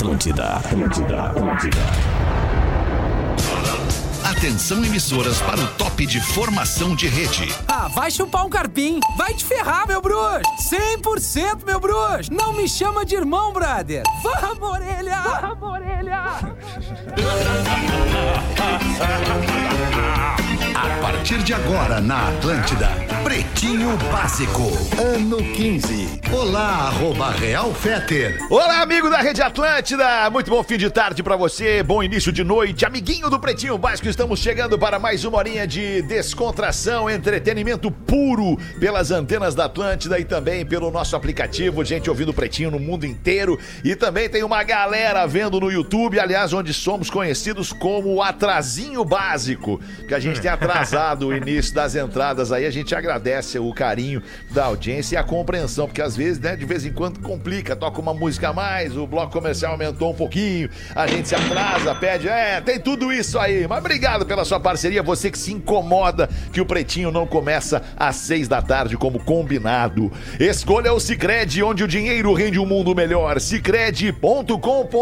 Atlântida. Atenção, emissoras, para o top de formação de rede. Ah, vai chupar um carpim. Vai te ferrar, meu bruxo. 100%, meu bruxo. Não me chama de irmão, brother. Vamos, orelha. A partir de agora, na Atlântida, Pretinho Básico, ano 15. Olá, @Real Fetter. Olá, amigo da Rede Atlântida. Muito bom fim de tarde pra você, bom início de noite. Amiguinho do Pretinho Básico, estamos chegando para mais uma horinha de descontração, entretenimento puro pelas antenas da Atlântida e também pelo nosso aplicativo. Gente ouvindo o Pretinho no mundo inteiro. E também tem uma galera vendo no YouTube, aliás, onde somos conhecidos como o Atrasinho Básico, que a gente tem atrasado o início das entradas aí. A gente agradece o carinho da audiência e a compreensão, porque às vezes, né, de vez em quando complica, toca uma música a mais, o bloco comercial aumentou um pouquinho, a gente se atrasa, pede, tem tudo isso aí. Mas obrigado pela sua parceria, você que se incomoda que o Pretinho não começa às 6 da tarde como combinado. Escolha o Sicredi, onde o dinheiro rende um mundo melhor. Sicredi.com.br.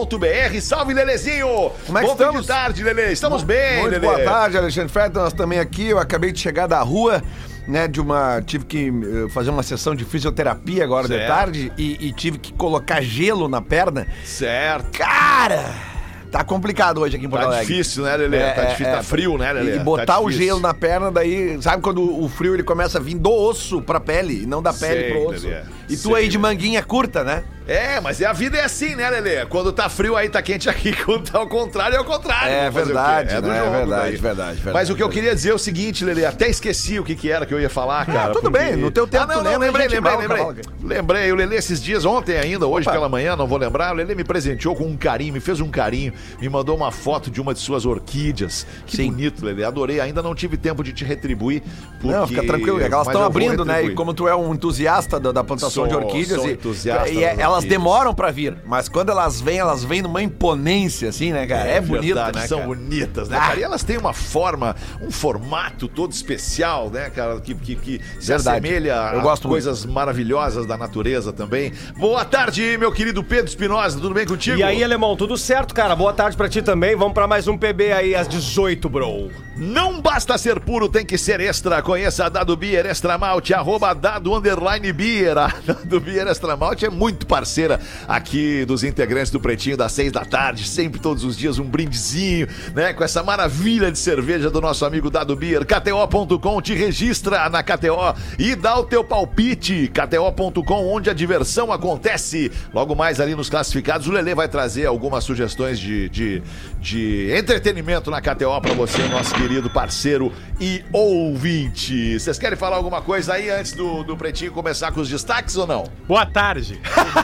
Salve, Lelezinho! Como é que bom estamos? fim de tarde, Lele. Estamos bem, Muito Lele. boa tarde, Alexandre Fetter. Nós também aqui. Eu acabei de chegar da rua, né, tive que fazer uma sessão de fisioterapia agora de tarde e tive que colocar gelo na perna. Certo. Cara, tá complicado hoje aqui em Porto Alegre. Tá difícil, né, Lele? Tá difícil, tá frio, né, Lele? E botar tá o gelo na perna, daí, sabe quando o frio ele começa a vir do osso pra pele e não da pele pro osso. Lelê. E tu aí de manguinha curta, né? Mas a vida é assim, né, Lelê? Quando tá frio aí, tá quente aqui. Quando tá ao contrário, é ao contrário. É verdade, é do né? jogo. Verdade. Mas o que eu queria dizer é o seguinte, Lelê, até esqueci o que era que eu ia falar, cara. Tudo bem, no teu tempo tu lembra. Lembrei. O Lelê esses dias, ontem ainda, hoje pela manhã, não vou lembrar, o Lelê me presenteou com um carinho, me fez um carinho, me mandou uma foto de uma de suas orquídeas. Que bonito, Lelê, adorei. Ainda não tive tempo de te retribuir. Não, fica tranquilo, elas estão abrindo, né? E como tu é um entusiasta da plantação de orquídeas, elas demoram pra vir, mas quando elas vêm numa imponência, assim, né, cara? É bonito, verdade, né, são cara? bonitas, né, cara? E elas têm uma forma, um formato todo especial, né, cara? Que se assemelha a coisas maravilhosas da natureza também. Boa tarde, meu querido Pedro Espinosa, tudo bem contigo? E aí, alemão, tudo certo, cara? Boa tarde pra ti também. Vamos pra mais um PB aí às 18, bro. Não basta ser puro, tem que ser extra. Conheça a Dado Beer Extra Malte, @Dado_Beer. A Dado Beer Extra Malte é muito parceira aqui dos integrantes do Pretinho das 6 da tarde, sempre todos os dias um brindezinho, né, com essa maravilha de cerveja do nosso amigo Dado Beer. KTO.com, te registra na KTO e dá o teu palpite. KTO.com, onde a diversão acontece. Logo mais ali nos classificados, o Lelê vai trazer algumas sugestões de entretenimento na KTO pra você, nosso querido parceiro e ouvinte. Vocês querem falar alguma coisa aí antes do Pretinho começar com os destaques ou não? Boa tarde.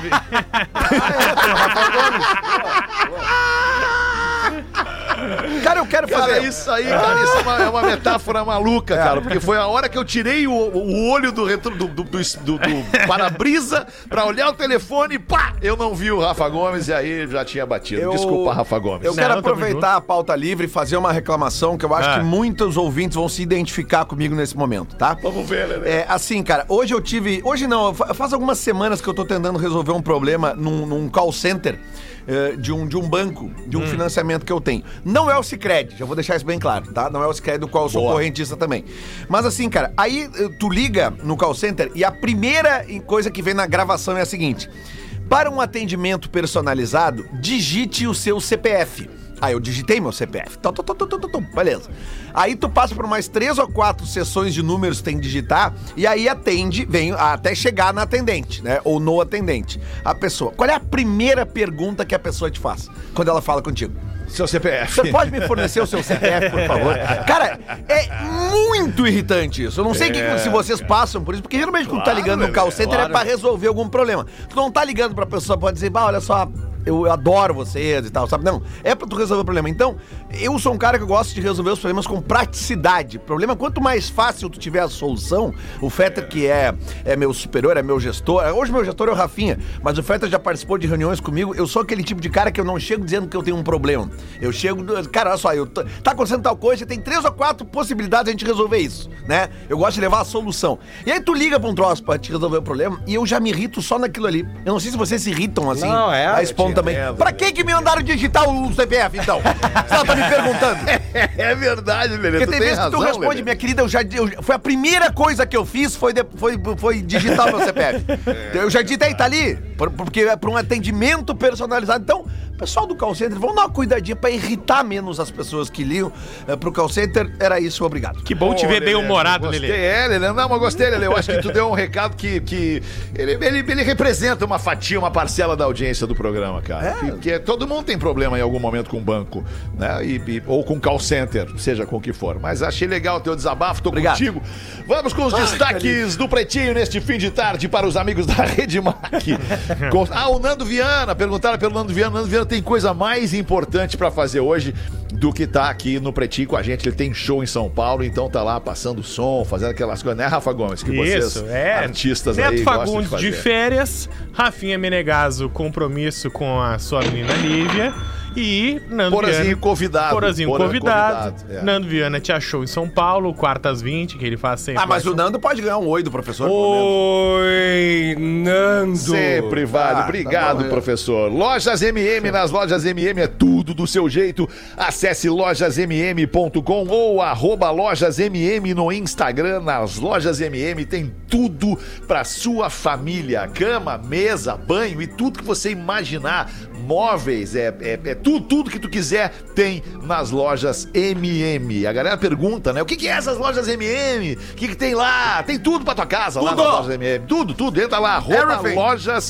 Cara, eu quero fazer isso aí, cara, isso é uma metáfora maluca, cara, porque foi a hora que eu tirei o olho do para-brisa pra olhar o telefone, pá, eu não vi o Rafa Gomes e aí já tinha batido. Desculpa, Rafa Gomes. Eu quero aproveitar a pauta livre e fazer uma reclamação que eu acho que muitos ouvintes vão se identificar comigo nesse momento, tá? Vamos ver, né? Assim, cara, hoje não, faz algumas semanas que eu tô tentando resolver um problema num call center de um banco, de um financiamento que eu tenho. Não é o Sicredi, já vou deixar isso bem claro, tá? Não é o Sicredi do qual eu sou correntista também. Mas assim, cara, aí tu liga no call center e a primeira coisa que vem na gravação é a seguinte: para um atendimento personalizado, digite o seu CPF. Aí eu digitei meu CPF. Beleza. Aí tu passa por mais 3 ou 4 sessões de números que tem que digitar e aí vem até chegar na atendente, né? Ou no atendente. A pessoa. Qual é a primeira pergunta que a pessoa te faz quando ela fala contigo? Seu CPF. Você pode me fornecer o seu CPF, por favor? Cara, é muito irritante isso. Eu não sei se vocês passam por isso, porque geralmente quando tu tá ligando no call center é pra resolver algum problema. Tu não tá ligando pra pessoa, pode dizer, olha só, eu adoro vocês e tal, sabe? Não, é pra tu resolver o problema. Então, eu sou um cara que gosta de resolver os problemas com praticidade. Problema, quanto mais fácil tu tiver a solução, o Fetter, que é meu superior, é meu gestor, hoje meu gestor é o Rafinha, mas o Fetter já participou de reuniões comigo, eu sou aquele tipo de cara que eu não chego dizendo que eu tenho um problema. Eu chego, cara, olha só, tá acontecendo tal coisa, tem 3 ou 4 possibilidades de a gente resolver isso, né? Eu gosto de levar a solução. E aí tu liga pra um troço pra te resolver o problema e eu já me irrito só naquilo ali. Eu não sei se vocês se irritam assim, não, a espontânea também. Pra que me mandaram digitar o CPF, então? Você tá me perguntando. É verdade, Lelê. Porque tem vezes que tu responde, Lelê. minha querida, foi a primeira coisa que eu fiz foi digitar o meu CPF. Eu já digitei, tá ali, porque é pra um atendimento personalizado. Então, pessoal do call center, vamos dar uma cuidadinha pra irritar menos as pessoas que ligam pro call center. Era isso, obrigado. Que bom te ver bem humorado, Lelê. Lelê. Não, mas gostei, Lelê. Eu acho que tu deu um recado que ele representa uma fatia, uma parcela da audiência do programa, cara. Que todo mundo tem problema em algum momento com o banco, né? Ou com call center, seja com o que for. Mas achei legal o teu desabafo, tô contigo. Vamos com os destaques do Pretinho neste fim de tarde para os amigos da Redmac. O Nando Viana, perguntaram pelo Nando Viana. Nando Viana tem coisa mais importante pra fazer hoje do que tá aqui no Pretinho com a gente. Ele tem show em São Paulo, então tá lá passando som, fazendo aquelas coisas, né, Rafa Gomes? Que vocês, artistas Neto aí, Fagundes gostam de fazer. férias, Rafinha Menegaso, compromisso com a sua menina Lívia. E Nando Porazinho Viana, convidado. Porazinho convidado. É. Nando Viana te achou em São Paulo, quartas 20, que ele faz sempre. Mas o Nando pode ganhar um oi do professor, Oi, Nando. Sempre vale. Obrigado, professor. Lojas MM. Nas Lojas MM é tudo do seu jeito. Acesse lojasmm.com ou @lojasmm no Instagram. Nas Lojas MM tem tudo pra sua família. Cama, mesa, banho e tudo que você imaginar. Móveis, tudo que tu quiser tem nas Lojas MM. A galera pergunta, né? O que é essas Lojas MM? O que tem lá? Tem tudo pra tua casa lá nas Lojas MM. Tudo. Entra lá, @Lojas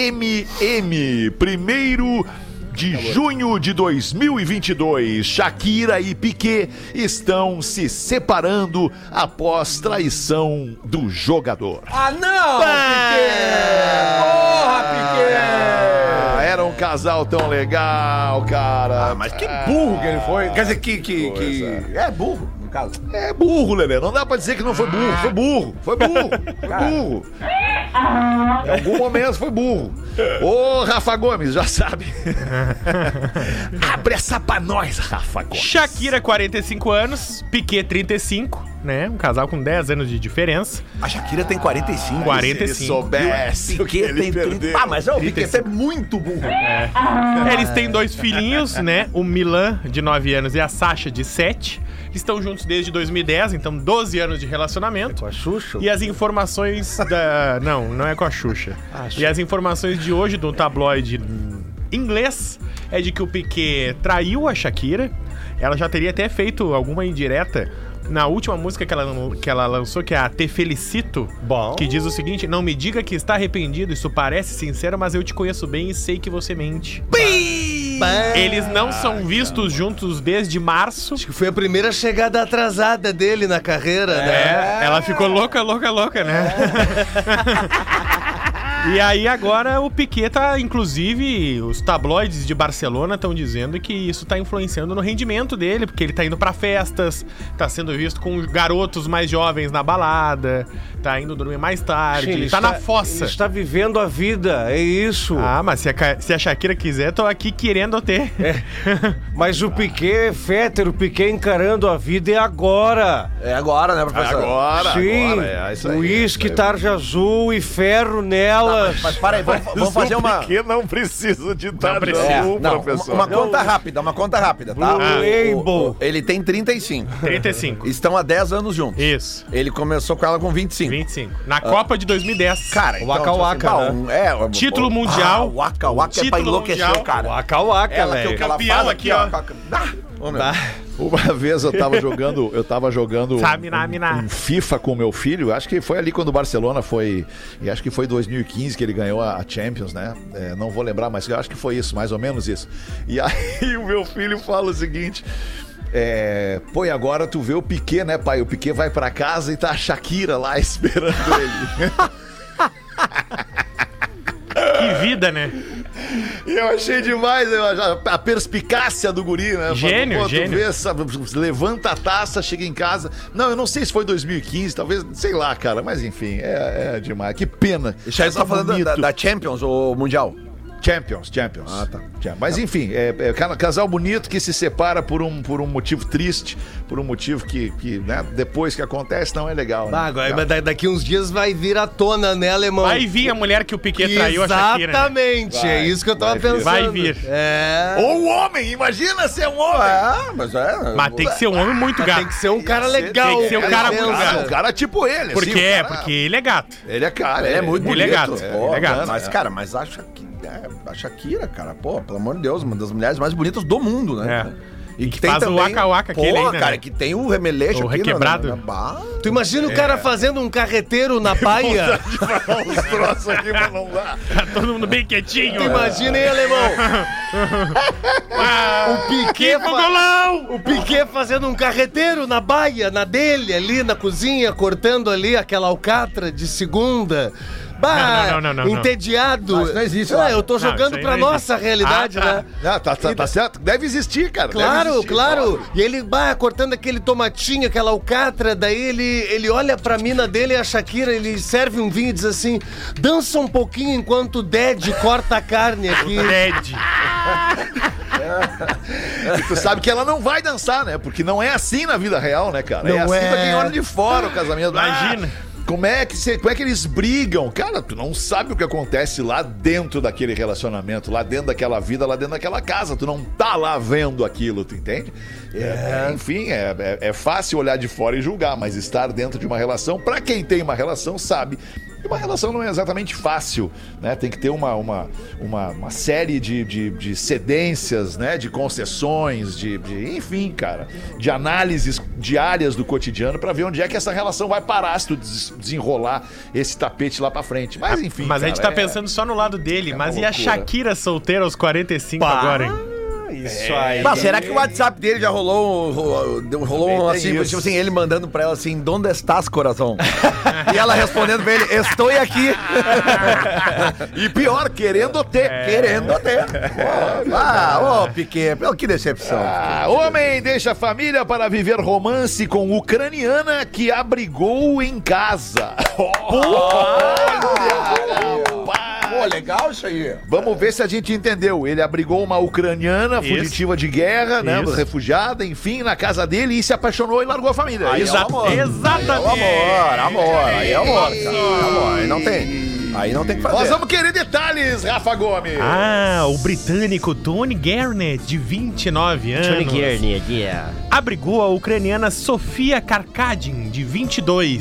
MM. 1º de junho de 2022, Shakira e Piqué estão se separando após traição do jogador. Ah, não, Piqué! Porra, Piqué! Era um casal tão legal, cara. Mas que burro que ele foi. Quer dizer, que... É burro, no caso. É burro, Lelê. Não dá pra dizer que não foi burro. Foi burro. Foi burro. Em algum momento foi burro. Ô, Rafa Gomes, já sabe. Abre essa pra nós, Rafa Gomes. Shakira, 45 anos, Piqué, 35, né? Um casal com 10 anos de diferença. A Shakira tem 45. 45. Se ele soubesse o que ele perdeu. Mas o Piqué é muito burro. Eles têm 2 filhinhos, né? O Milan, de 9 anos, e a Sasha, de 7. Estão juntos desde 2010, então 12 anos de relacionamento. Com a Xuxa? E as informações da... Não é com a Xuxa. E as informações de hoje do tabloide inglês é de que o Piqué traiu a Shakira. Ela já teria até feito alguma indireta na última música que ela lançou, que é a Te Felicito. Bom. Que diz o seguinte: não me diga que está arrependido, isso parece sincero, mas eu te conheço bem e sei que você mente. Eles não são vistos juntos desde março. Acho que foi a primeira chegada atrasada dele na carreira, né? Ela ficou louca, né? E aí agora o Piqué tá, inclusive, os tabloides de Barcelona estão dizendo que isso tá influenciando no rendimento dele, porque ele tá indo pra festas, tá sendo visto com garotos mais jovens na balada, tá indo dormir mais tarde, ele tá na fossa. Ele está vivendo a vida, é isso. Ah, mas se a Shakira quiser, tô aqui querendo ter. Mas o Piqué, Fetter, o Piqué encarando a vida é agora. É agora, né, professor? Agora. Sim, uísque, tarja azul e ferro nela. Mas para aí, vamos fazer uma... Porque não precisa de tarja azul, não, professor. uma conta rápida, tá? Label. Ele tem 35. 35. Estão há 10 anos juntos. Isso. Ele começou com ela com 25. 25. Na Copa de 2010. Cara, o Waka Waka, né? Título mundial. O Waka Waka é pra enlouquecer o cara. Waka Waka, velho. Campeão aqui, ó. Uma vez eu tava jogando um FIFA com meu filho, acho que foi ali quando o Barcelona foi, e acho que foi 2015 que ele ganhou a Champions, né? Não vou lembrar, mas eu acho que foi isso, mais ou menos isso. E aí o meu filho fala o seguinte: pô, e agora tu vê o Piqué, né, pai? O Piqué vai pra casa e tá a Shakira lá esperando ele. Que vida, né? E eu achei demais a perspicácia do guri, né? Gênio. Tu vê, levanta a taça, chega em casa. Não, eu não sei se foi 2015, talvez, sei lá, cara. Mas enfim, é demais. Que pena. Isso aí você tá falando da Champions ou Mundial? Champions. Ah, tá. Mas enfim, é casal bonito que se separa por um motivo triste, por um motivo que né, depois que acontece não é legal. Né? Agora, mas daqui uns dias vai vir à tona, né, alemão? Vai vir a mulher que o Piquet traiu a Shakira. Né? Exatamente, é isso que eu tava pensando. Vai vir. Ou o homem, imagina ser um homem. Mas tem que ser um homem muito gato. Tem que ser um cara legal. Tem que ser um cara muito gato. Um cara tipo ele. Por assim, quê? Porque ele é gato. Ele é cara, ele é muito bonito. Ele é gato. Pô, Ele é gato. mano, mas, cara, a Shakira, cara, pô, pelo amor de Deus, uma das mulheres mais bonitas do mundo, né? E que faz o waka-waka aquele aí, né? Cara, que tem o remeleixo o aqui, requebrado. Tu imagina o cara fazendo um carreteiro na baia? De falar uns troços aqui, mas não dá. Todo mundo bem quietinho. Tu imagina, hein, alemão? O Piquet fazendo um carreteiro na baia, na dele, ali na cozinha, cortando ali aquela alcatra de segunda. Não. Mas Entediado. não existe lá. Eu tô jogando pra nossa realidade, né? Tá certo. Deve existir, cara. Claro. E ele cortando aquele tomatinho, aquela alcatra, daí ele olha pra mina dele e a Shakira, ele serve um vinho e diz assim: dança um pouquinho enquanto o Ded corta a carne aqui. Ded. E tu sabe que ela não vai dançar, né? Porque não é assim na vida real, né, cara? Não é assim pra quem olha de fora o casamento. Imagina. Como é que eles brigam? Cara, tu não sabe o que acontece lá dentro daquele relacionamento, lá dentro daquela vida, lá dentro daquela casa. Tu não tá lá vendo aquilo, tu entende? Enfim, é fácil olhar de fora e julgar, mas estar dentro de uma relação, pra quem tem uma relação, sabe que uma relação não é exatamente fácil, né? Tem que ter uma série de cedências, né? De concessões, enfim, cara, de análises diárias do cotidiano pra ver onde é que essa relação vai parar se tu desenrolar esse tapete lá pra frente. Mas enfim, Mas cara, a gente tá pensando só no lado dele. Mas e a loucura. Shakira solteira aos 45 agora, hein? Isso aí. Mas será que o WhatsApp dele já rolou assim, isso. tipo assim, ele mandando pra ela assim, ¿dónde estás, coração? E ela respondendo pra ele, estou aqui. E pior, querendo ter. Querendo ter. Piquet, que decepção. Homem deixa a família para viver romance com ucraniana que abrigou em casa. Pô, legal isso aí. Vamos ver se a gente entendeu. Ele abrigou uma ucraniana fugitiva de guerra, né? Refugiada, enfim, na casa dele e se apaixonou e largou a família. Aí Exatamente. Amor. Aí é amor, cara. Amor, aí não tem que fazer. Nós vamos querer detalhes, Rafa Gomes. O britânico Tony Garnett, de 29 anos. Abrigou a ucraniana Sofia Karkadin, de 22.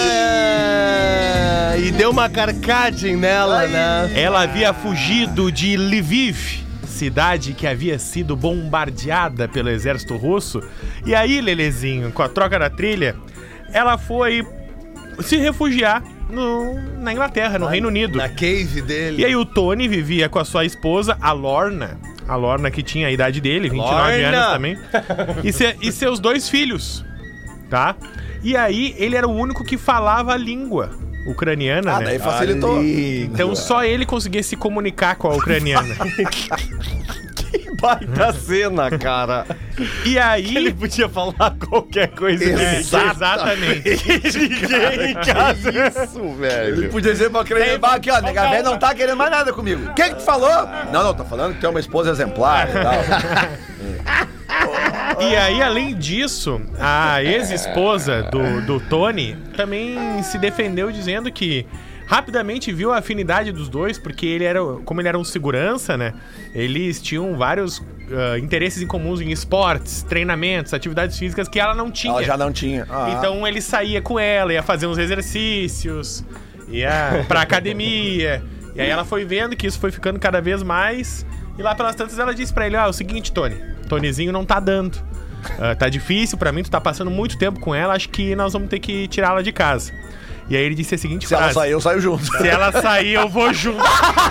E deu uma carcadinha nela, né? Ela havia fugido de Lviv, cidade que havia sido bombardeada pelo exército russo. E aí, Lelezinho, com a troca da trilha, ela foi se refugiar na Inglaterra, no Reino Unido. Na cave dele. E aí o Tony vivia com a sua esposa, a Lorna que tinha a idade dele, 29 anos também. E seus 2 filhos, tá? E aí ele era o único que falava a língua ucraniana, né? Daí facilitou. Então só ele conseguia se comunicar com a ucraniana. Que baita cena, cara. E aí... Ele podia falar qualquer coisa. Exatamente. Ninguém em casa. Isso, velho. Ele podia dizer pra criança, aqui, ó, nega velha não tá querendo mais nada comigo. Quem que tu falou? Não, tô falando que tu é uma esposa exemplar e tal. E aí, além disso, a ex-esposa do Tony também se defendeu dizendo que rapidamente viu a afinidade dos dois, porque como ele era um segurança, né? Eles tinham vários interesses em comuns em esportes, treinamentos, atividades físicas que ela não tinha. Ela já não tinha. Então ele saía com ela, ia fazer uns exercícios, ia pra academia. E aí ela foi vendo que isso foi ficando cada vez mais. E lá pelas tantas ela disse pra ele, é o seguinte, Tonyzinho não tá dando. Tá difícil pra mim, tu tá passando muito tempo com ela, acho que nós vamos ter que tirá-la de casa. E aí ele disse a seguinte frase: se ela sair, eu saio junto. Se ela sair, eu vou junto.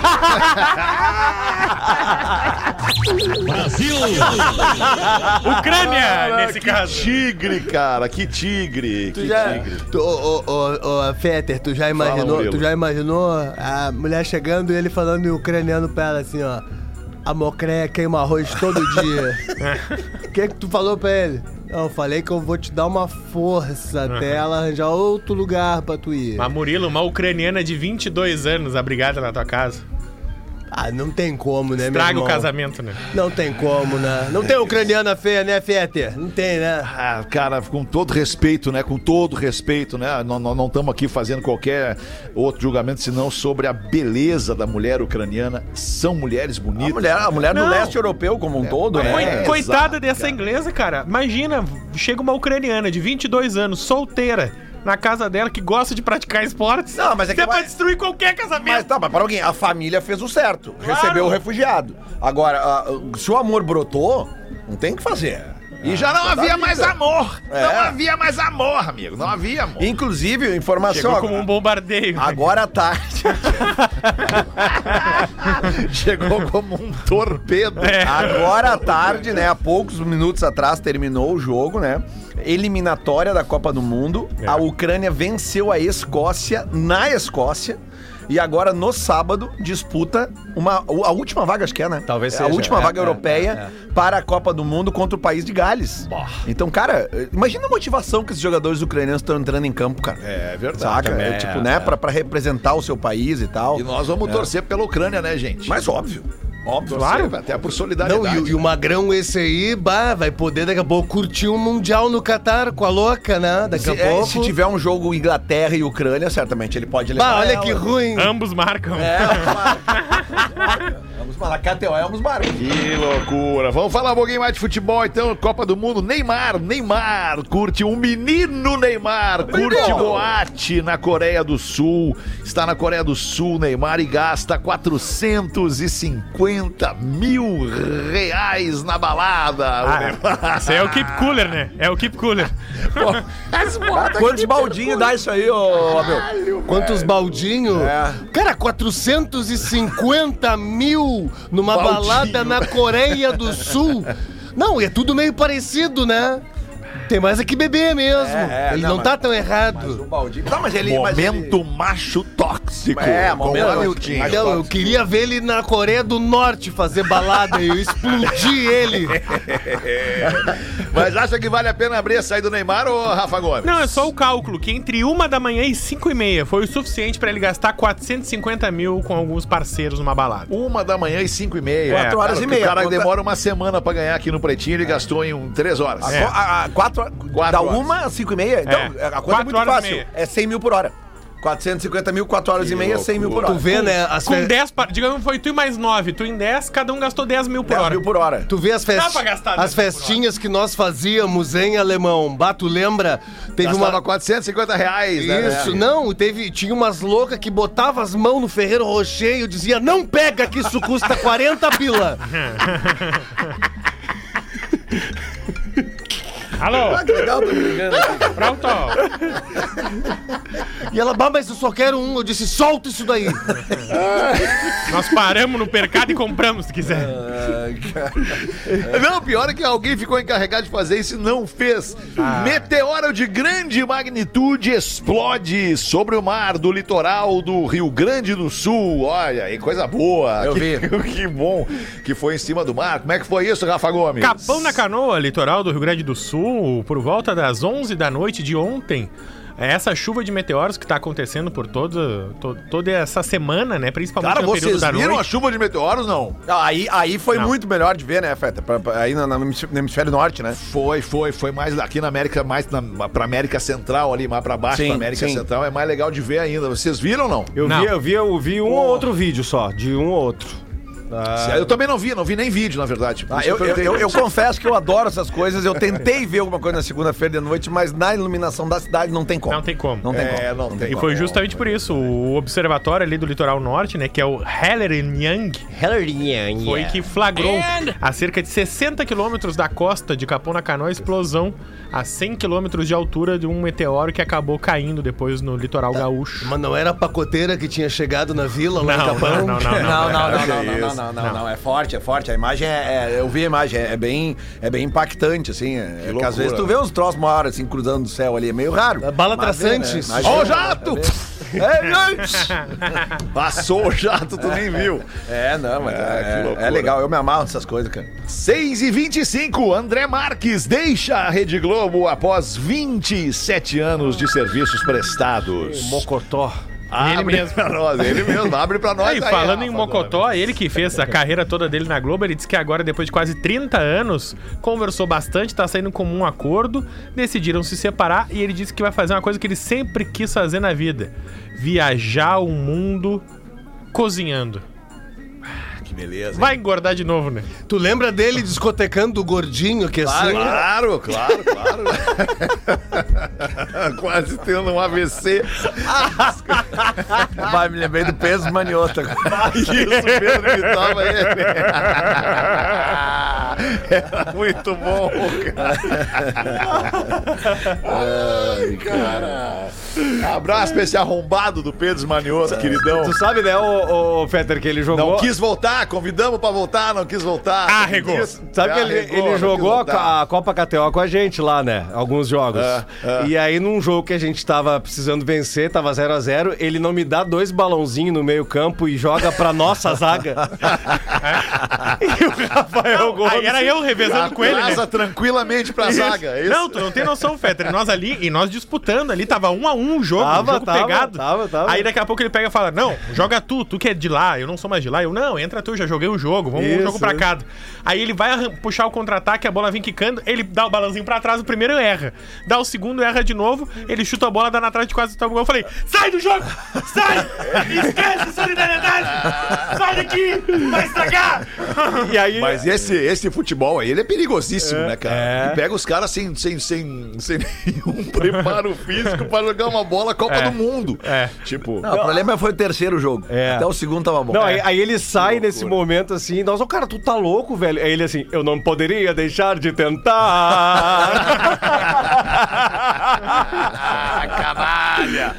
Brasil! Ucrânia, nesse que caso. Tigre, cara, que tigre. Fetter, tu já imaginou a mulher chegando e ele falando em ucraniano pra ela assim, ó: a mocreia queima arroz todo dia. O que tu falou pra ele? Não, eu falei que eu vou te dar uma força até ela arranjar outro lugar pra tu ir. Mas Murilo, uma ucraniana de 22 anos abrigada na tua casa. Ah, não tem como, né, meu Traga irmão? o casamento, né? Não tem como, né? Não tem ucraniana feia, né, Fetter? Não tem, né? Ah, cara, com todo respeito, né? Com todo respeito, né? Não estamos aqui fazendo qualquer outro julgamento, senão sobre a beleza da mulher ucraniana. São mulheres bonitas. A mulher do Não. leste europeu como um todo, né? Coitada exato, dessa inglesa, cara. Imagina, chega uma ucraniana de 22 anos, solteira, na casa dela, que gosta de praticar esportes. Não, mas é que Você vai- pode destruir qualquer casamento. Mas tá, mas para alguém, a família fez o certo. Claro. Recebeu o refugiado. Agora, se o amor brotou, não tem o que fazer. E já não havia mais amor. É. Não havia mais amor, amigo. Não havia amor. Inclusive, informação. Chegou como um bombardeio. Agora à tarde. Chegou como um torpedo. Agora à tarde, né? Há poucos minutos atrás terminou o jogo, né? Eliminatória da Copa do Mundo. A Ucrânia venceu a Escócia na Escócia. E agora, no sábado, disputa a última vaga, acho que é, né? Talvez A seja. última vaga europeia para a Copa do Mundo contra o país de Gales. Então, cara, imagina a motivação que esses jogadores ucranianos estão entrando em campo, cara. É verdade. Saca? também, Tipo, né? Pra representar o seu país e tal. E nós vamos torcer pela Ucrânia, né, gente? Mas óbvio. Óbvio, claro. Até por Não, solidariedade. e o magrão esse aí, vai poder daqui a pouco curtir um mundial no Catar com a louca, né? Daqui a pouco. Se tiver um jogo Inglaterra e Ucrânia, certamente ele pode levar. olha ela. que ruim. Ambos marcam. Vamos falar, KTO é vamos barulho. Que loucura. Vamos falar um pouquinho mais de futebol, então. Copa do Mundo. Neymar curte um menino Neymar. Curte boate na Coreia do Sul. Está na Coreia do Sul, Neymar, e gasta 450 mil reais na balada. O Neymar. Isso aí é o Keep Cooler, né? É o Keep Cooler. Quantos baldinhos dá isso aí, ô Abel? Quantos baldinhos? Cara, 450 mil numa Baldinho. balada na Coreia do Sul. Não, é tudo meio parecido, né? Tem mais é que beber mesmo. Ele não tá tão errado. Baldinho. Tá, mas ele. Momento macho tóxico. Momento Com o tóxico. Hamilton. Não, eu queria ver ele na Coreia do Norte fazer balada e eu explodir ele. Mas acha que vale a pena abrir a saída do Neymar ou Rafa Gomes? Não, é só o cálculo, que entre 1h e 5h30 foi o suficiente pra ele gastar 450 mil com alguns parceiros numa balada. 1h e 5h30. 4 horas e meia. O cara Conta- demora uma semana pra ganhar aqui no Pretinho, ele gastou em 3 horas. É. Quatro da horas. 1 às 5h30? Então, a coisa é 4 muito horas e fácil. meia. É 100 mil por hora. 450 mil, 4 horas e meia, 100 mil por hora. Tu vê, né? Com 10, digamos, foi tu e mais 9, tu em 10, cada um gastou 10 mil por 10 hora. mil por hora. Tu vê as, Dá pra gastar as 10 mil por festinhas que nós fazíamos, hein, alemão? Tu lembra? Teve Gastava uma... 450 reais, né? Isso, não, tinha umas loucas que botavam as mãos no Ferreiro Rocher e dizia, não pega que isso custa 40 pila. Alô, Que legal, tô brincando. pronto. E ela, mas eu só quero um. Eu disse, solta isso daí. Nós paramos no mercado e compramos, se quiser. Não, pior é que alguém ficou encarregado de fazer isso e não fez. Meteoro de grande magnitude explode sobre o mar do litoral do Rio Grande do Sul. Olha, aí coisa boa. Eu vi. Que bom que foi em cima do mar. Como é que foi isso, Rafa Gomes? Capão na Canoa, litoral do Rio Grande do Sul, por volta das 11 da noite de ontem. Essa chuva de meteoros que tá acontecendo por toda essa semana, né? Principalmente Cara, no período vocês da viram a noite. chuva de meteoros, não? Aí foi Não. muito melhor de ver, né, Feta? Aí no hemisfério norte, né? Foi mais aqui na América, mais pra América Central ali, mais pra baixo, Sim, pra América sim. Central, é mais legal de ver ainda. Vocês viram ou não? Eu vi um ou outro vídeo só, de um ou outro. Eu também não vi nem vídeo, na verdade. Por isso Eu confesso que eu adoro essas coisas. Eu tentei ver alguma coisa na segunda-feira de noite, mas na iluminação da cidade não tem como. Não tem como. Não tem como. Não tem E como. foi justamente por isso, o observatório ali do litoral norte, né, que é o Hellerinyang, foi que flagrou a cerca de 60 quilômetros da costa de Capão na Canoa a explosão a 100 quilômetros de altura de um meteoro que acabou caindo depois no litoral gaúcho. Mas não era a pacoteira que tinha chegado na vila lá em Não, Capão? Não. É forte. A imagem eu vi a imagem, é bem impactante, assim. Que às vezes tu vê uns troços maiores, assim, cruzando o céu ali, é meio raro. É bala Mas traçante. né? Ó o jato! É, Passou o jato, tu nem viu. mas que loucura. é legal, eu me amarro nessas coisas, cara. 6h25, André Marques deixa a Rede Globo após 27 anos de serviços prestados. Mocotó. Ele mesmo. Pra nós, ele mesmo, abre pra nós. E falando em Mocotó, ele que fez a carreira toda dele na Globo, ele disse que agora, depois de quase 30 anos, conversou bastante, tá saindo como um acordo, decidiram se separar e ele disse que vai fazer uma coisa que ele sempre quis fazer na vida: viajar o mundo cozinhando. Que beleza. Vai engordar de novo, né? Tu lembra dele discotecando o gordinho que assim? Claro. Quase tendo um AVC. Vai, me lembrei do Peso Maniota. Isso, Pedro imitava ele. Era muito bom, cara. Abraço pra esse arrombado do Pedro Manioto, queridão. Tu sabe, né, o Fetter, que ele jogou... Não quis voltar, convidamos pra voltar, não quis voltar. Arregou. Sabe que ele jogou a Copa KTO com a gente lá, né? Alguns jogos. E aí, num jogo que a gente tava precisando vencer, tava 0x0, ele não me dá 2 balãozinhos no meio campo e joga pra nossa zaga. E o Rafael Gomes... Aí era eu revezando com ele, né? Tranquilamente pra zaga, é isso? Não, tu não tem noção, Fetter. Nós ali, e nós disputando ali, tava 1x1 o jogo, pegado. Tava. Aí daqui a pouco ele pega e fala, não, joga tu que é de lá, eu não sou mais de lá. Eu, não, entra tu, já joguei o jogo, vamos um jogo pra cada. Aí ele vai puxar o contra-ataque, a bola vem quicando, ele dá o balãozinho pra trás, o primeiro erra. Dá o segundo, erra de novo, ele chuta a bola, dá na trás de quase o gol. Eu falei, sai do jogo! Sai! Esquece solidariedade! Sai daqui! Vai estragar! E aí... Mas esse futebol aí, ele é perigosíssimo, né, cara? Ele pega os caras sem nenhum preparo físico pra jogar uma bola Copa do Mundo. Tipo... Não, o problema foi o terceiro jogo. Até o segundo tava bom. Não, aí ele sai nesse momento assim, nós, cara, tu tá louco, velho? Aí ele assim, eu não poderia deixar de tentar. Canalha!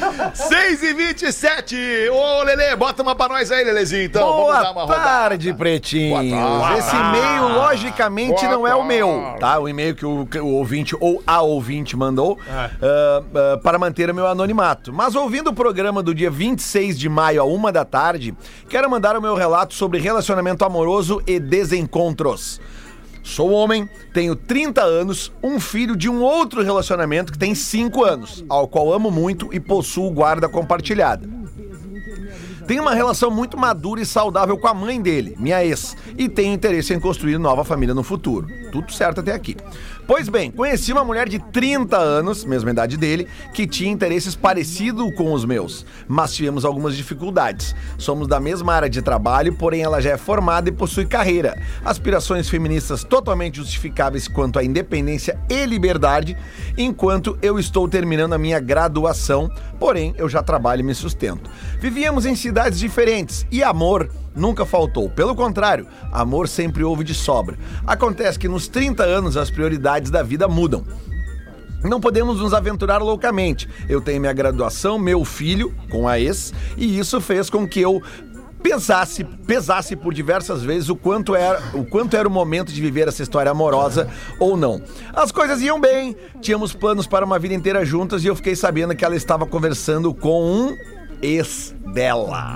6h27. Ô, Lelê, bota uma pra nós aí, Lelezinho, então. Boa Vamos dar uma rodada. tarde, pretinhos. Esse e-mail, logicamente, não é o meu, tá? O e-mail que o ouvinte ou a ouvinte mandou para manter o meu anonimato. Mas ouvindo o programa do dia 26 de maio, à 1 da tarde, quero mandar o meu relato sobre relacionamento amoroso e desencontros. Sou homem, tenho 30 anos, um filho de um outro relacionamento que tem 5 anos, ao qual amo muito e possuo guarda compartilhada. Tenho uma relação muito madura e saudável com a mãe dele, minha ex, e tenho interesse em construir nova família no futuro. Tudo certo até aqui. Pois bem, conheci uma mulher de 30 anos, mesma idade dele, que tinha interesses parecidos com os meus, mas tivemos algumas dificuldades. Somos da mesma área de trabalho, porém ela já é formada e possui carreira, aspirações feministas totalmente justificáveis quanto à independência e liberdade, enquanto eu estou terminando a minha graduação, porém eu já trabalho e me sustento. Vivíamos em cidades diferentes e amor nunca faltou. Pelo contrário, amor sempre houve de sobra. Acontece que nos 30 anos as prioridades da vida mudam. Não podemos nos aventurar loucamente. Eu tenho minha graduação, meu filho, com a ex, e isso fez com que eu pesasse por diversas vezes o quanto era o momento de viver essa história amorosa ou não. As coisas iam bem, tínhamos planos para uma vida inteira juntas e eu fiquei sabendo que ela estava conversando com um ex dela.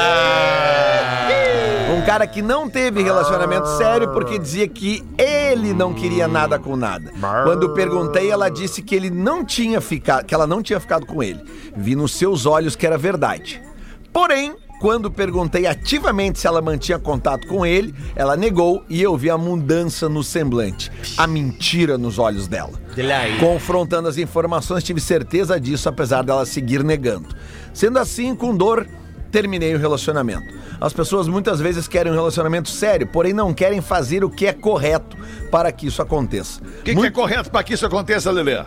Um cara que não teve relacionamento sério porque dizia que ele não queria nada com nada. Quando perguntei, ela disse que ela não tinha ficado com ele. Vi nos seus olhos que era verdade. Porém, quando perguntei ativamente se ela mantinha contato com ele, ela negou e eu vi a mudança no semblante, a mentira nos olhos dela. Confrontando as informações, tive certeza disso, apesar dela seguir negando. Sendo assim, com dor, terminei o relacionamento. As pessoas muitas vezes querem um relacionamento sério, porém não querem fazer o que é correto para que isso aconteça. O que é correto para que isso aconteça, Lelê?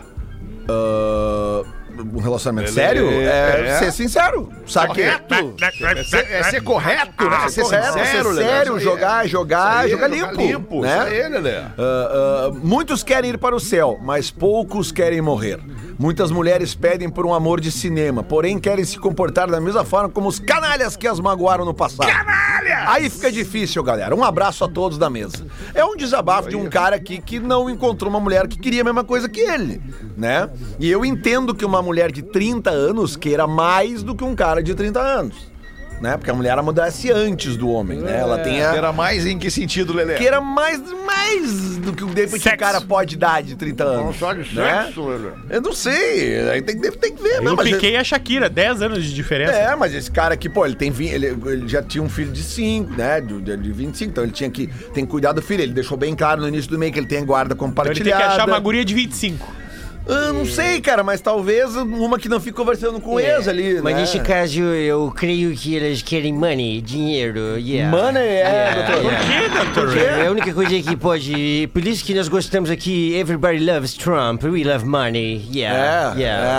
Um relacionamento sério? Ser sincero. Correto. É ser correto, né? Ser sincero, ser sério, jogar limpo. Né? Isso aí, Lelê. Muitos querem ir para o céu, mas poucos querem morrer. Muitas mulheres pedem por um amor de cinema, porém querem se comportar da mesma forma como os canalhas que as magoaram no passado. Canalhas! Aí fica difícil, galera. Um abraço a todos da mesa. É um desabafo de um cara aqui que não encontrou uma mulher que queria a mesma coisa que ele, né? E eu entendo que uma mulher de 30 anos queira mais do que um cara de 30 anos. né? Porque a mulher amadurece antes do homem, né? Ela tem a... Era mais em que sentido, Lelê? Que era mais do que depois que o cara pode dar de 30 anos. Não só de né? sexo, Lelê. Eu não sei, aí tem que ver. Eu Piquet e a Shakira, 10 anos de diferença. É, mas esse cara aqui, pô, ele já tinha um filho de 5, né? De 25, então ele tem que cuidar do filho. Ele deixou bem claro no início do meio que ele tem guarda compartilhada. Então ele tem que achar uma guria de 25. Eu não sei, cara, mas talvez uma que não fique conversando com eles ali, Mas né? nesse caso, eu creio que elas querem money, dinheiro, yeah. Money, doutor. Por que, doutor? É a única coisa que pode... Por isso que nós gostamos aqui, everybody loves Trump, we love money, yeah,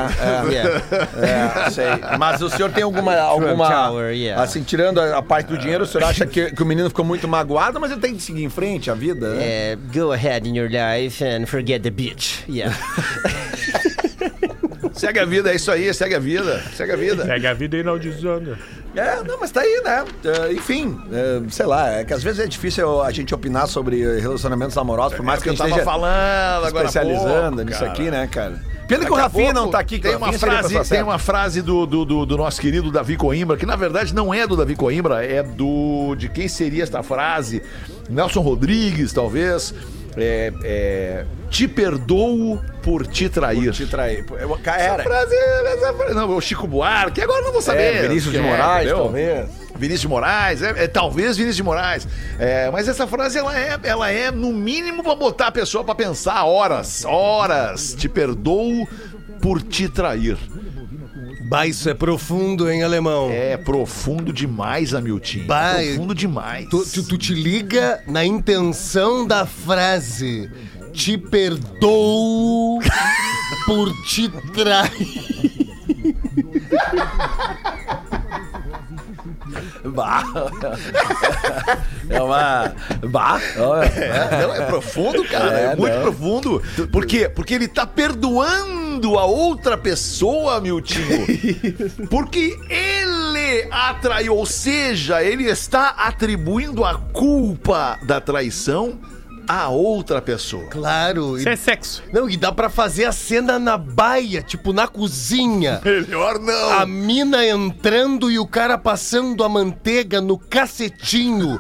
Sei. Mas o senhor tem alguma Tower, yeah. assim, tirando a parte do dinheiro, o senhor acha que o menino ficou muito magoado, mas ele tem que seguir em frente a vida, né? Go ahead in your life and forget the bitch, yeah. Segue a vida, é isso aí, segue a vida. Segue a vida e não desanda. Não, mas tá aí, né? Enfim, sei lá, é que às vezes é difícil a gente opinar sobre relacionamentos amorosos, por mais que a gente esteja falando agora especializando nisso aqui, né, cara? Pena que o Rafinha não tá aqui. Tem uma frase do nosso querido Davi Coimbra, que na verdade não é do Davi Coimbra, é de quem seria esta frase? Nelson Rodrigues, talvez. Te perdoo por te trair. Essa frase, não, o Chico Buarque, agora não vou saber. Vinícius de Moraes, talvez. Vinícius de Moraes, talvez Vinícius de Moraes. Mas essa frase, ela é no mínimo pra botar a pessoa pra pensar horas. Te perdoo por te trair. Bah, isso é profundo, hein, alemão? É profundo demais, Hamilton. Profundo demais. Tu te liga na intenção da frase. Te perdoo por te trair. É profundo, cara. É muito profundo. Por quê? Porque ele tá perdoando a outra pessoa, Miltinho. Porque ele a traiu, ou seja, ele está atribuindo a culpa da traição a outra pessoa. Claro. Isso é sexo. Não, e dá pra fazer a cena na baia, tipo na cozinha. Melhor não. A mina entrando e o cara passando a manteiga no cacetinho.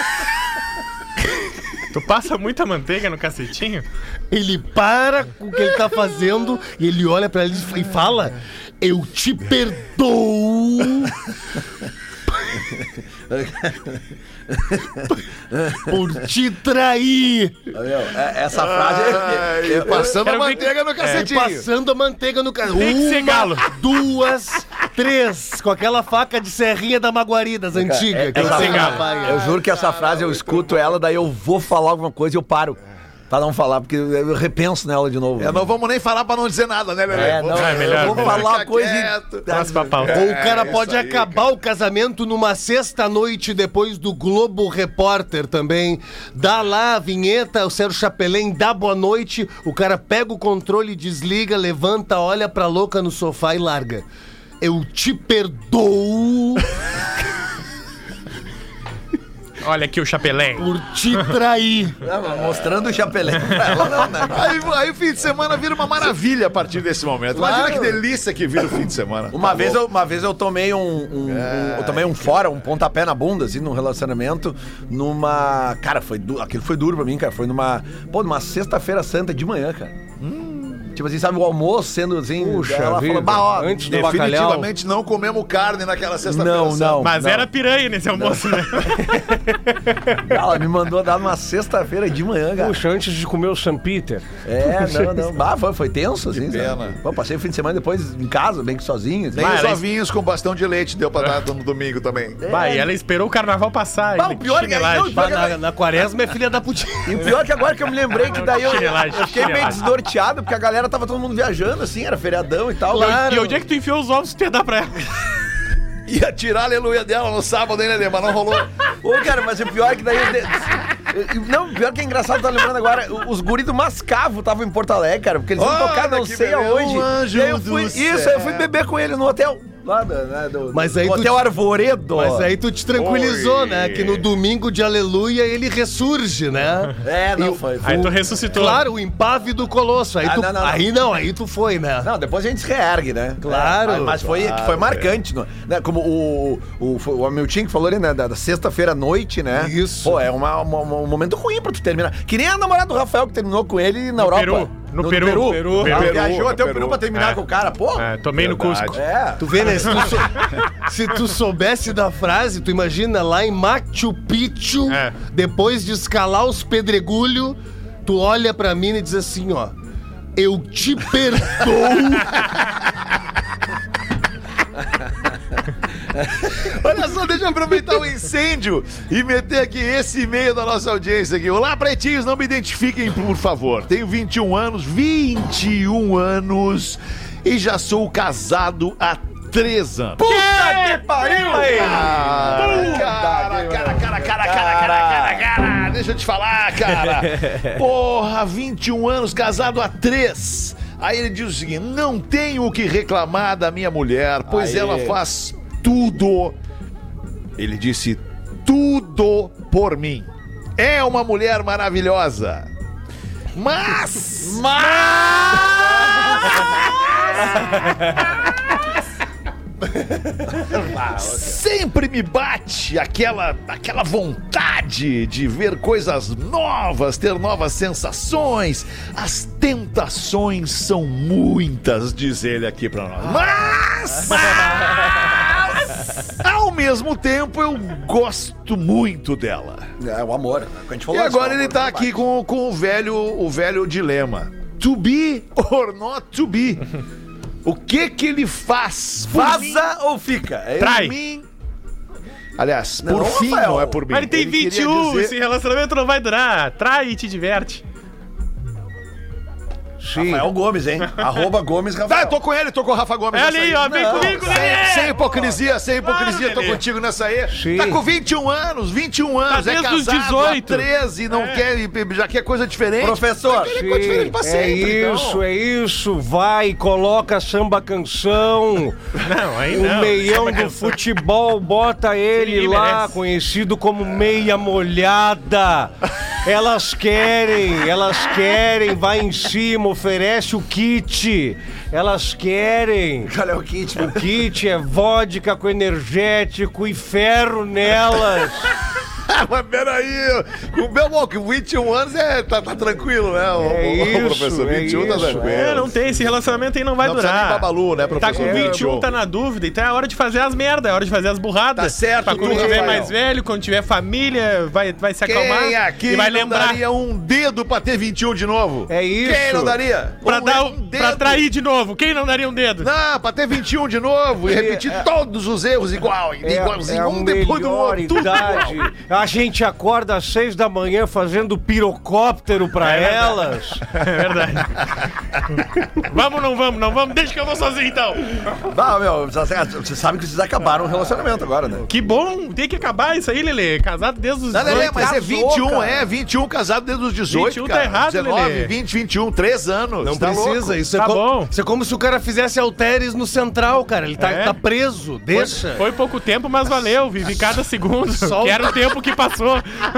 Tu passa muita manteiga no cacetinho? Ele para com o que ele tá fazendo e ele olha pra ele e fala: eu te perdoo por te trair. Essa frase passando a manteiga no cacetinho. Passando a manteiga no cacetinho. Tem que ser galo. 2, 3, com aquela faca de serrinha da Maguari das antigas. Eu juro que essa frase eu escuto ela, daí eu vou falar alguma coisa e eu paro. Pra não falar, porque eu repenso nela de novo. Não vamos nem falar pra não dizer nada, né, Lelê? Melhor. Eu vou falar uma coisa Ou o cara pode acabar o casamento numa sexta-noite depois do Globo Repórter também. Dá lá a vinheta, o Sérgio Chapelin dá boa noite, o cara pega o controle, desliga, levanta, olha pra louca no sofá e larga. Eu te perdoo... Olha aqui o Chapelin. por te trair. Mostrando o Chapelin pra ela, não, né? Aí o fim de semana vira uma maravilha a partir desse momento. Imagina que delícia que vira o fim de semana. Uma vez eu tomei eu tomei um pontapé na bunda, assim, num relacionamento, numa... Cara, aquilo foi duro pra mim, cara. Foi numa sexta-feira santa de manhã, cara. Tipo assim, sabe, o almoço sendo assim... Puxa ela vida. falou, Antes do bacalhau. Definitivamente não comemos carne naquela sexta-feira. Não. Mas era piranha nesse almoço, né? Ela me mandou dar numa sexta-feira de manhã, cara. Puxa, antes de comer o São Peter. Não. Foi tenso, assim. Pena. Pô, passei o fim de semana depois em casa, bem que sozinho. Assim. Nem os ovinhos com bastão de leite deu pra dar no domingo também. E ela esperou o carnaval passar. O pior que Na quaresma é filha da putinha. E o pior que agora que eu me lembrei que daí eu fiquei meio chinelagem. desnorteado, porque a galera tava todo mundo viajando, assim, era feriadão e tal. E onde é que tu enfiou os ovos que tu ia dar pra ela? Ia tirar a aleluia dela no sábado, hein, Lelê? Mas não rolou. Ô, cara, mas o pior é que daí... Não, o pior que é engraçado, tá lembrando agora, os guris do Mascavo estavam em Porto Alegre, cara, porque eles iam tocar não sei aonde. Um anjo e aí eu fui beber com eles no hotel. Lá né, do Mas aí Hotel Arvoredo. Mas aí tu te tranquilizou, né? Que no domingo de aleluia ele ressurge, né? Não foi. Aí tu ressuscitou. Claro, o impave do Colosso. Aí aí tu foi, né? Não, depois a gente se reergue, né? Claro. Mas foi marcante, né? Como o Hamilton que falou ali, né? Da sexta-feira à noite, né? Isso. Pô, é um momento ruim pra tu terminar. Que nem a namorada do Rafael que terminou com ele na Europa. No Peru. Ela viajou até o Peru pra terminar com o cara. Pô, tomei no Cusco. Tu vê, né? Se tu soubesse da frase, tu imagina lá em Machu Picchu, depois de escalar os pedregulhos, tu olha pra mim e diz assim, ó, eu te perdoo. Olha só, deixa eu aproveitar o incêndio e meter aqui esse e-mail da nossa audiência aqui. Olá, pretinhos, não me identifiquem, por favor. Tenho 21 anos e já sou casado há 3 anos. puta que pariu! Cara, deixa eu te falar, cara. Porra, 21 anos, casado há 3. Aí ele diz o seguinte: não tenho o que reclamar da minha mulher, pois ela faz tudo. Ele disse tudo por mim. É uma mulher maravilhosa. Mas sempre me bate aquela vontade de ver coisas novas, ter novas sensações. As tentações são muitas, diz ele aqui pra nós. Mas ao mesmo tempo eu gosto muito dela. É o amor. A gente E falou agora ele tá aqui com o velho dilema: to be or not to be. O que ele faz? Vaza ou fica? Trai. Por mim. Aliás, Não, por fim, Rafael. não é por mim. Mas ele tem queria 21, dizer- esse relacionamento não vai durar. Trai e te diverte. Rafael Gomes, hein? @Gomes Rafael. Tá, eu tô com ele, tô com o Rafa Gomes. É nessa ali, aí. ó, vem comigo, Lelê! Sem hipocrisia, Claro, tô Lelê. contigo nessa aí. Sim. Tá com 21 anos, é desde os casado 18. há 13 e não quer, já quer coisa diferente. Professor, Ele quer diferente pra sempre, então. É isso. Vai, coloca samba canção. Não, aí O não. meião do futebol, bota ele Ninguém lá, merece. conhecido como meia molhada. Elas querem, vai em cima, oferece o kit. Elas querem. Olha o kit. O kit é vodka com energético e ferro nelas. Mas peraí, com 21 anos tá tranquilo, né? Professor, 21 tá tranquilo. Não tem, esse relacionamento aí não vai Não precisa durar. nem babalu, né, Tá professor? com 21, Show. tá na dúvida, então é hora de fazer as merdas, é hora de fazer as burradas. Tá certo, Pra quando tu, tiver Rafael. mais velho, quando tiver família, vai se acalmar. Quem aqui e vai não lembrar. daria um dedo pra ter 21 de novo? É isso. Quem não daria? Pra trair de novo. Quem não daria um dedo? Não, pra ter 21 de novo e repetir todos os erros igualzinho, É a um depois do melhor outro. idade. A gente acorda às 6 da manhã fazendo pirocóptero pra elas. É verdade. Vamos ou não vamos? Deixa que eu vou sozinho então. Não, meu, você sabe que vocês acabaram o relacionamento agora, né? Que bom, tem que acabar isso aí, Lelê. Casado desde os Não, 18. Lelê, mas é Casou, 21, cara. 21 casado desde os 18, 21 tá cara. errado, 19, Lelê. 20, 21, 3 anos. Não Tá precisa, louco? isso, Tá bom. isso é como se o cara fizesse halteres no central, cara. Ele É. tá preso, deixa. Foi pouco tempo, mas valeu. Vivi cada segundo. Que era o tempo que passou.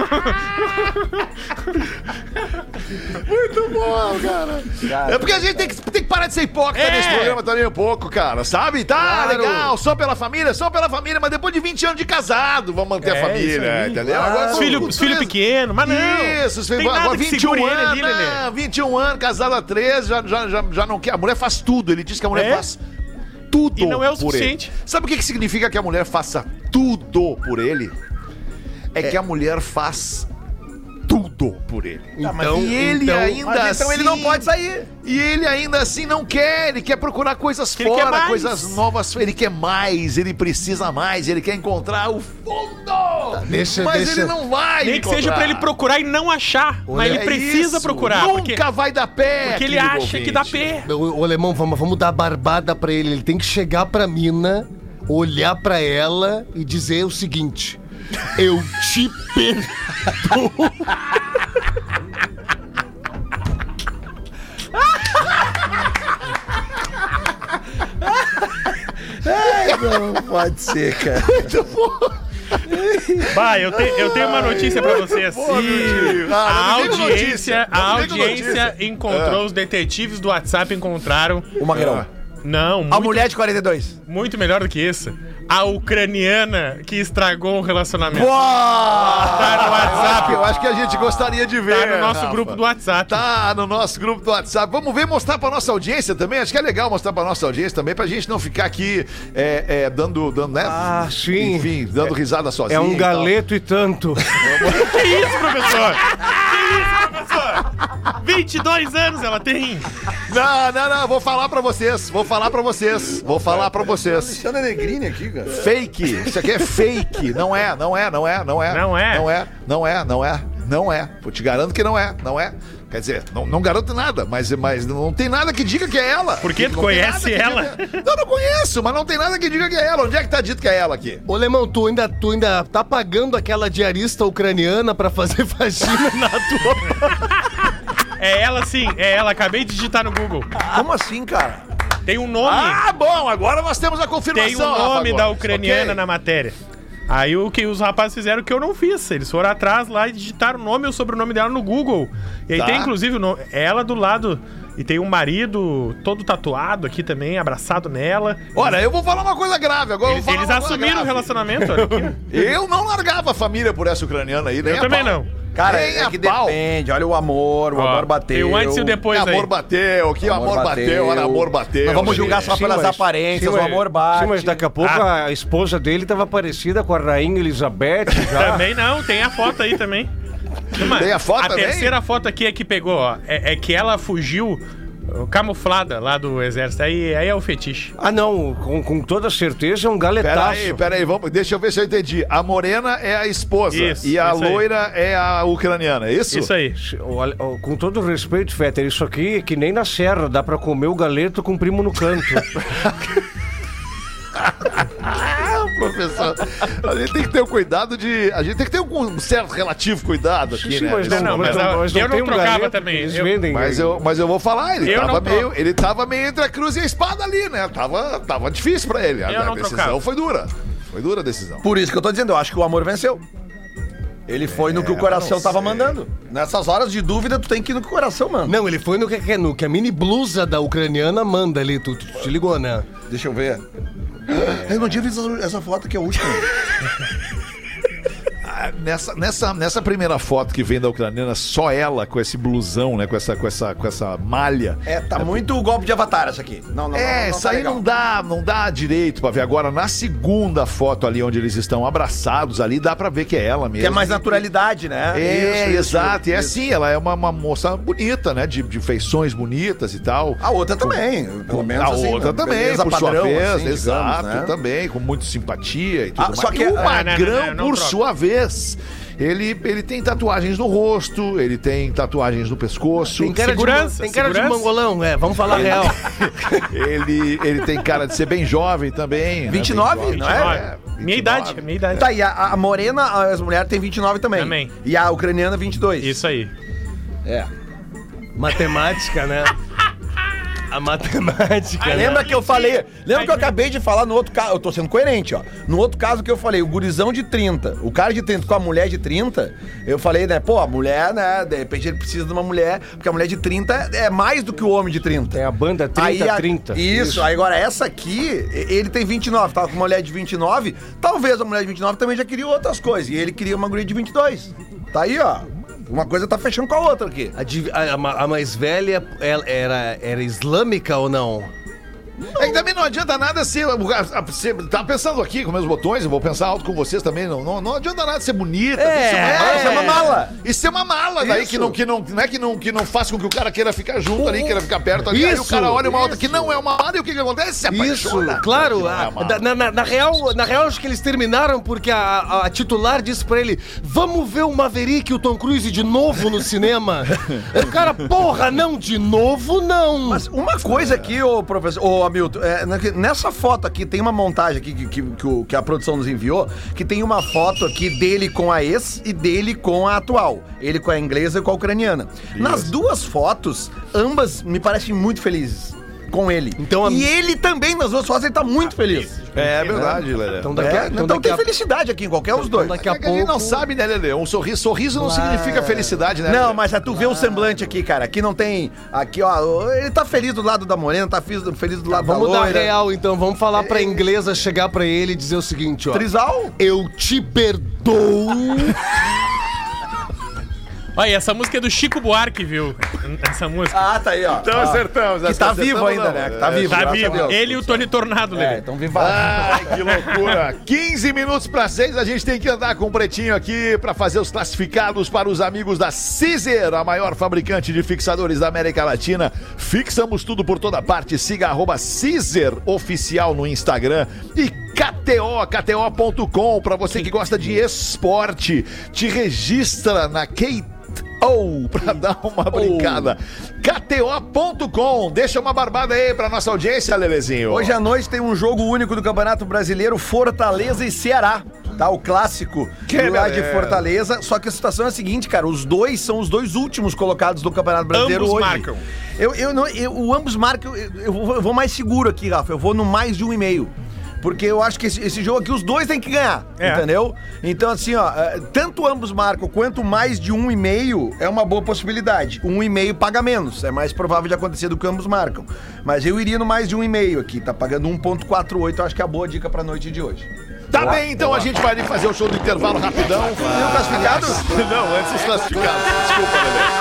Muito bom, cara. É porque a gente tem que parar de ser hipócrita nesse programa também um pouco, cara. Sabe? Tá legal, só pela família, mas depois de 20 anos de casado, vamos manter a isso família, aí. entendeu? Claro. Agora, Os filho pequeno, mas não. Isso, tem nada agora que 21 segure ele anos, ali, Lelê. 21 anos, casado há 13, já não quer. A mulher faz tudo, ele diz que a mulher faz tudo. E não é o por suficiente. ele. Sabe o que significa que a mulher faça tudo por ele? É que a mulher faz tudo por ele. Então, E ele ainda Mas então assim, ele não pode sair. E ele ainda assim não quer, ele quer procurar coisas Ele quer fora, mais. coisas novas, ele quer mais, ele precisa mais, ele quer encontrar o fundo. Mas ele não vai Nem que seja pra ele procurar e não achar. Mas ele precisa procurar. Nunca vai dar pé. Porque ele querido acha que ouvinte. dá pé. Ô, alemão, vamos dar barbada pra ele. Ele tem que chegar pra mina, olhar pra ela e dizer o seguinte: eu te perdoo. Não pode ser, cara. Bah, eu tenho uma notícia pra vocês. A audiência encontrou, os detetives do WhatsApp encontraram... O Magrão. Não, a mulher de 42. Muito melhor do que isso. A ucraniana que estragou o relacionamento. Tá no WhatsApp. Eu acho que a gente gostaria de ver. Tá no nosso grupo do WhatsApp. Tá no nosso grupo do WhatsApp. Vamos ver, mostrar pra nossa audiência também. Acho que é legal mostrar pra nossa audiência também, pra gente não ficar aqui dando, né? Ah, sim. Enfim, dando risada sozinho. É um galeto e tanto. Que isso, professor? 22 anos ela tem. Não, vou falar pra vocês. Alexandre Negrini aqui, cara. Fake. Isso aqui é fake. Não é. Eu te garanto que não é. Quer dizer, não garanto nada, mas não tem nada que diga que é ela. Por que tu conhece ela? Não conheço, mas não tem nada que diga que é ela. Onde é que tá dito que é ela aqui? Ô, Lemão, tu ainda tá pagando aquela diarista ucraniana pra fazer vagina na tua... É ela sim, acabei de digitar no Google. Como assim, cara? Tem um nome. Bom, agora nós temos a confirmação. Tem o nome da ucraniana okay. Na matéria. Aí o que os rapazes fizeram que eu não fiz. Eles foram atrás lá e digitaram o nome e o sobrenome dela no Google. E aí tem inclusive o nome, ela do lado. E tem um marido todo tatuado aqui também, abraçado nela. Olha, eu vou falar uma coisa grave agora. Eles assumiram o relacionamento. Eu não largava a família por essa ucraniana aí, eu também não. Cara, é que depende. Olha o amor bateu. Tem o antes e o depois aí. Amor bateu, que amor bateu, olha, amor bateu. Nós vamos julgar só pelas aparências, o amor bate. Sim, mas daqui a pouco a esposa dele tava parecida com a rainha Elizabeth já. Também não, tem a foto aí também. Tem a foto também? A terceira foto aqui é que pegou, ó. É que ela fugiu... camuflada lá do exército, aí é o fetiche. Ah, não, com toda certeza é um galetaço. Peraí, deixa eu ver se eu entendi. A morena é a esposa isso, e a loira é a ucraniana, é isso? Isso aí. Com todo respeito, Fetter, isso aqui é que nem na serra, dá pra comer o galeto com o primo no canto. Professor, a gente tem que ter um cuidado a gente tem que ter um certo relativo cuidado aqui, sim, né? Mas eu não trocava também. Mas eu vou falar, ele tava meio entre a cruz e a espada ali, né? Tava difícil pra ele. A decisão foi dura. Foi dura a decisão. Por isso que eu tô dizendo, eu acho que o amor venceu. Ele foi no que o coração tava mandando. Nessas horas de dúvida, tu tem que ir no que o coração manda. Não, ele foi no que a mini blusa da ucraniana manda ali. Tu te ligou, né? Deixa eu ver. Eu não tinha visto essa foto que é a última. Nessa primeira foto que vem da ucraniana, só ela com esse blusão, né? Com essa malha. Tá muito golpe de Avatar essa aqui. Não Essa aí não dá direito pra ver. Agora, na segunda foto ali, onde eles estão abraçados ali, dá pra ver que é ela mesmo. Que é mais naturalidade, né? Exato. E é assim, ela é uma moça bonita, né? De feições bonitas e tal. A outra também. Pelo menos a outra também, por padrão, sua vez. assim, Exato, digamos, né? Também, com muita simpatia e tudo mais. Só que o Magrão, não por troca. sua vez, ele tem tatuagens no rosto, ele tem tatuagens no pescoço. Tem cara de mongolão, vamos falar real. Ele tem cara de ser bem jovem também. 29, né? não é? 29. Minha idade. Tá, e a morena, as mulheres tem 29 também. E a ucraniana, 22. Isso aí. Matemática, né? A matemática. Lembra que eu falei? Lembra que eu acabei de falar no outro caso? Eu tô sendo coerente, ó. No outro caso que eu falei, o gurizão de 30, o cara de 30 com a mulher de 30, eu falei, né? Pô, a mulher, né? De repente ele precisa de uma mulher, porque a mulher de 30 é mais do que o homem de 30. Tem a banda 30-30. Isso, aí agora essa aqui, ele tem 29, tava com uma mulher de 29, talvez a mulher de 29 também já queria outras coisas, e ele queria uma guria de 22. Tá aí, ó. Uma coisa tá fechando com a outra aqui. A mais velha era islâmica ou não? É que também não adianta nada ser. Tá pensando aqui com meus botões, eu vou pensar alto com vocês também. Não adianta nada ser bonita, ser uma mala. E ser uma mala, daí que não faz com que o cara queira ficar junto ali, queira ficar perto ali. Aí o cara olha uma outra que não é uma mala e o que acontece? Se apaixona. Isso, claro. Na real, acho que eles terminaram porque a titular disse pra ele: vamos ver o Maverick e o Tom Cruise de novo no cinema. O cara, porra, não, de novo não. Mas uma coisa aqui, ô professor, Hamilton, nessa foto aqui tem uma montagem aqui que a produção nos enviou, que tem uma foto aqui dele com a ex e dele com a atual. Ele com a inglesa e com a ucraniana. Nas duas fotos, ambas me parecem muito felizes. com ele. Então, e ele também, nas duas fotos, ele tá muito feliz. É verdade, Lelê. Então tem felicidade aqui em qualquer um dos dois. Daqui a pouco... A gente não sabe, né, Lelê? Um sorriso não significa felicidade, né? Não, mas tu vê o semblante aqui, cara. Aqui não tem... Aqui, ó, ele tá feliz do lado da morena, tá feliz do lado da loira. Vamos dar real, então. Vamos falar pra inglesa chegar pra ele e dizer o seguinte, ó. Trisal? Eu te perdoo. Olha, essa música é do Chico Buarque, viu? Essa música. Ah, tá aí, ó. Então acertamos. Que tá vivo ainda, né? Que tá vivo. Tá vivo. Ele e o Tony Tornado, né? Então viva. Ai, que loucura. 15 minutos para 6, a gente tem que andar com o Pretinho aqui para fazer os classificados para os amigos da Cizer, a maior fabricante de fixadores da América Latina. Fixamos tudo por toda parte. Siga @Cizer oficial no Instagram e KTO.com, para você que gosta de esporte. Te registra na pra dar uma brincada. KTO.com. Deixa uma barbada aí pra nossa audiência, Lelezinho. Hoje à noite tem um jogo único do Campeonato Brasileiro, Fortaleza e Ceará. Tá, o clássico lá de Fortaleza. Só que a situação é a seguinte, cara. Os dois são os dois últimos colocados do Campeonato Brasileiro ambos hoje. Marcam. Ambos marcam. Eu vou mais seguro aqui, Rafa. Eu vou no mais de 1,5. Porque eu acho que esse jogo aqui, os dois têm que ganhar, entendeu? Então, assim, ó, tanto ambos marcam quanto mais de 1,5 é uma boa possibilidade. 1,5 paga menos, é mais provável de acontecer do que ambos marcam. Mas eu iria no mais de 1,5 aqui, tá pagando 1,48, eu acho que é a boa dica pra noite de hoje. Tá bem, então a gente vai ali fazer o show do intervalo rapidão. Viu classificados? Não, antes dos classificados. Desculpa,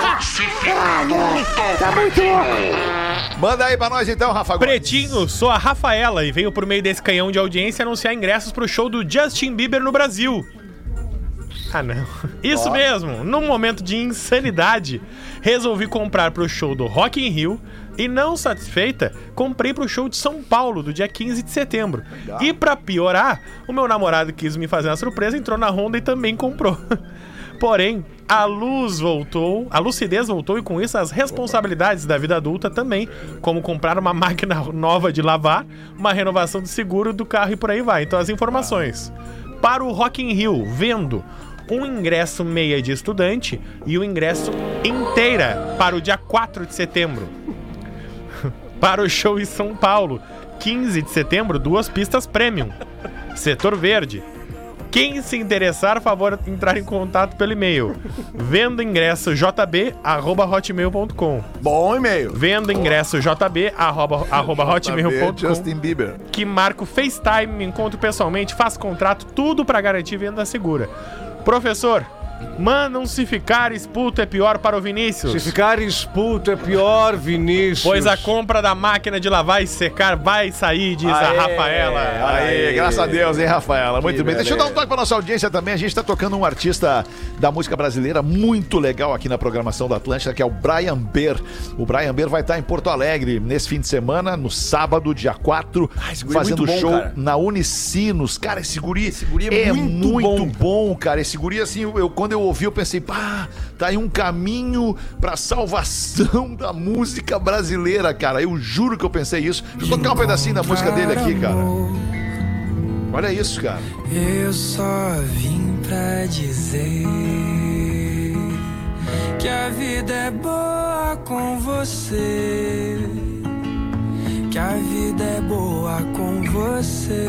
Lelê. Tá muito louco. Manda aí pra nós então, Rafa Gomes. Pretinho, sou a Rafaela e venho por meio desse canhão de audiência anunciar ingressos pro show do Justin Bieber no Brasil. Ah, não. Isso mesmo, num momento de insanidade, resolvi comprar pro show do Rock in Rio e, não satisfeita, comprei pro show de São Paulo, do dia 15 de setembro. Legal. E pra piorar, o meu namorado quis me fazer uma surpresa, entrou na Honda e também comprou. Porém, a lucidez voltou e com isso as responsabilidades da vida adulta também, como comprar uma máquina nova de lavar, uma renovação de seguro do carro e por aí vai. Então as informações. Para o Rock in Rio, vendo um ingresso meia de estudante e o ingresso inteira para o dia 4 de setembro. Para o show em São Paulo, 15 de setembro, 2 pistas premium. Setor verde. Quem se interessar, favor entrar em contato pelo e-mail. Venda ingresso jb@hotmail.com. Bom e-mail. Venda ingresso jb@hotmail.com. Justin Bieber. Que marca o FaceTime, me encontro pessoalmente, faço contrato, tudo pra garantir venda segura. Professor, mandam se ficar expulso é pior para o Vinícius. Se ficar expulso é pior, Vinícius. Pois a compra da máquina de lavar e secar vai sair, diz a Rafaela. Aê, graças a Deus, hein, Rafaela? Muito bem. Deixa eu dar um toque pra nossa audiência também. A gente tá tocando um artista da música brasileira muito legal aqui na programação da Atlântida, que é o Brian Behr. O Brian Behr vai estar em Porto Alegre nesse fim de semana, no sábado, dia 4, fazendo show na Unicinos. Cara, esse guri é muito bom, cara. Esse guri, assim, quando eu ouvi, eu pensei, pá, tá aí um caminho pra salvação da música brasileira, cara. Eu juro que eu pensei isso. Deixa eu tocar um pedacinho da música dele aqui, cara. Olha isso, cara. Eu só vim pra dizer que a vida é boa com você, que a vida é boa com você,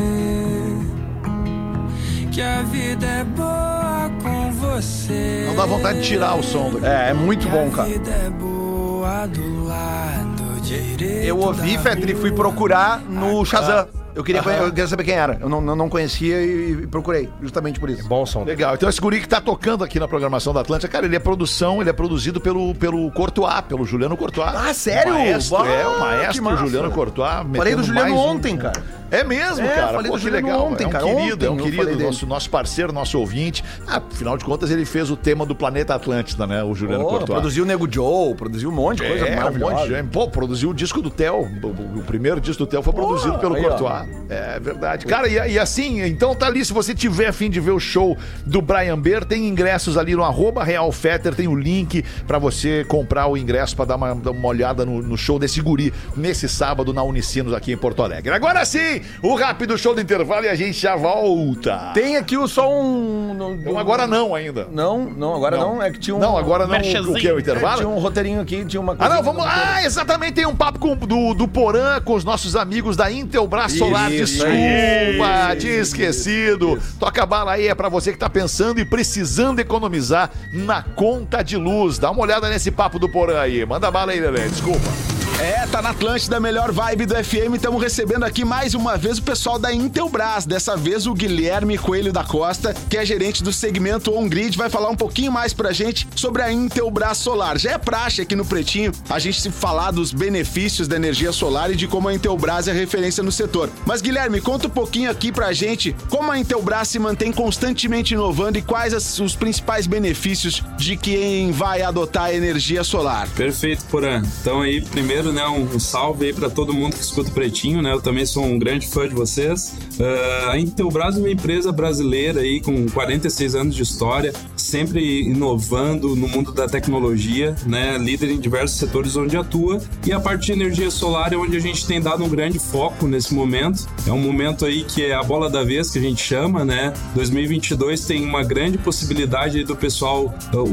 que a vida é boa com você. Não dá vontade de tirar o som daqui. É muito bom, cara. A vida é boa do lado direito. Eu ouvi, Fetter, e fui procurar no Shazam. Eu queria saber quem era. Eu não conhecia e procurei, justamente por isso. Bom som. Legal. Então esse guri que tá tocando aqui na programação da Atlântida, cara, ele é produzido pelo Courtois, pelo Juliano Courtois. Ah, sério? O maestro Juliano Courtois. Falei do Juliano ontem, cara. É mesmo, cara. Falei do Juliano legal. ontem, cara. É um querido, nosso parceiro, nosso ouvinte. Afinal de contas, ele fez o tema do Planeta Atlântida, né? O Juliano Courtois. Produziu o Nego Joe, produziu um monte de coisa maravilhosa. Um monte de... Pô, produziu o disco do Theo. O primeiro disco do Theo foi produzido pelo Courtois. É verdade. Cara, e assim, então tá ali, se você tiver a fim de ver o show do Brian Behr, tem ingressos ali no @RealFetter, tem o link pra você comprar o ingresso pra dar uma olhada no show desse guri, nesse sábado na Unicinos aqui em Porto Alegre. Agora sim, o rápido show do intervalo e a gente já volta. Tem aqui só um... Então agora não ainda. Não, agora não. É que tinha um... Não, agora não. O que é o intervalo? Tinha um roteirinho aqui, tinha uma coisa... Ah, não, vamos lá. Exatamente, tem um papo do Porã com os nossos amigos da Intelbras Solar. Desculpa, tinha esquecido. Toca a bala aí, é pra você que tá pensando e precisando economizar na conta de luz. Dá uma olhada nesse papo do Porã aí. Manda bala aí, Lelê, desculpa. Tá na Atlântida, melhor vibe do FM. Estamos recebendo aqui mais uma vez o pessoal da Intelbras. Dessa vez o Guilherme Coelho da Costa, que é gerente do segmento On-Grid, vai falar um pouquinho mais pra gente sobre a Intelbras Solar. Já é praxe aqui no Pretinho a gente se falar dos benefícios da energia solar e de como a Intelbras é referência no setor. Mas Guilherme, conta um pouquinho aqui pra gente como a Intelbras se mantém constantemente inovando e quais os principais benefícios de quem vai adotar a energia solar. Perfeito, Porã. Então aí, primeiro, né, um salve aí pra todo mundo que escuta o Pretinho, né? Eu também sou um grande fã de vocês. A Intelbras é uma empresa brasileira aí com 46 anos de história, sempre inovando no mundo da tecnologia, né? Líder em diversos setores onde atua, e a parte de energia solar é onde a gente tem dado um grande foco nesse momento. É um momento aí que é a bola da vez, que a gente chama, né? 2022 tem uma grande possibilidade aí do pessoal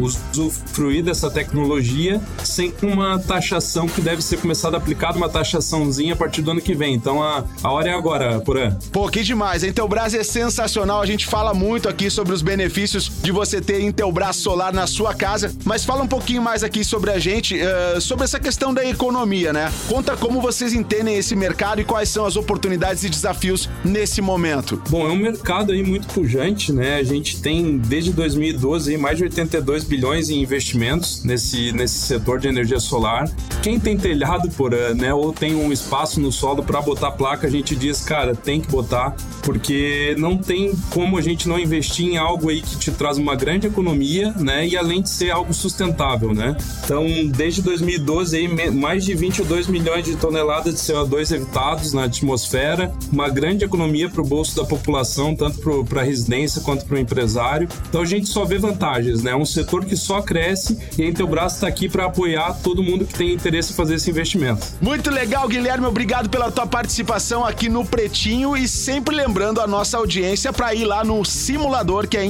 usufruir dessa tecnologia sem uma taxação que deve ser começada a aplicar uma taxaçãozinha a partir do ano que vem. Então a hora é agora, Porã. Pô, que demais. A Intelbras é sensacional. A gente fala muito aqui sobre os benefícios de você ter Intelbras Solar na sua casa, mas fala um pouquinho mais aqui sobre a gente, sobre essa questão da economia, né? Conta como vocês entendem esse mercado e quais são as oportunidades e desafios nesse momento. Bom, é um mercado aí muito pujante, né? A gente tem, desde 2012, aí, mais de 82 bilhões em investimentos nesse setor de energia solar. Quem tem telhado, Porã, né, ou tem um espaço no solo para botar placa, a gente diz, cara, tem que botar, porque não tem como a gente não investir em algo aí que te traz uma grande economia, né, e além de ser algo sustentável, né. Então, desde 2012, aí, mais de 22 milhões de toneladas de CO2 evitados na atmosfera, uma grande economia para o bolso da população, tanto para a residência quanto para o empresário. Então, a gente só vê vantagens, né, é um setor que só cresce e a Intelbras está aqui para apoiar todo mundo que tem interesse em fazer esse investimento. Muito legal, Guilherme, obrigado pela tua participação aqui no Pretinho e sempre lembrando a nossa audiência para ir lá no simulador que é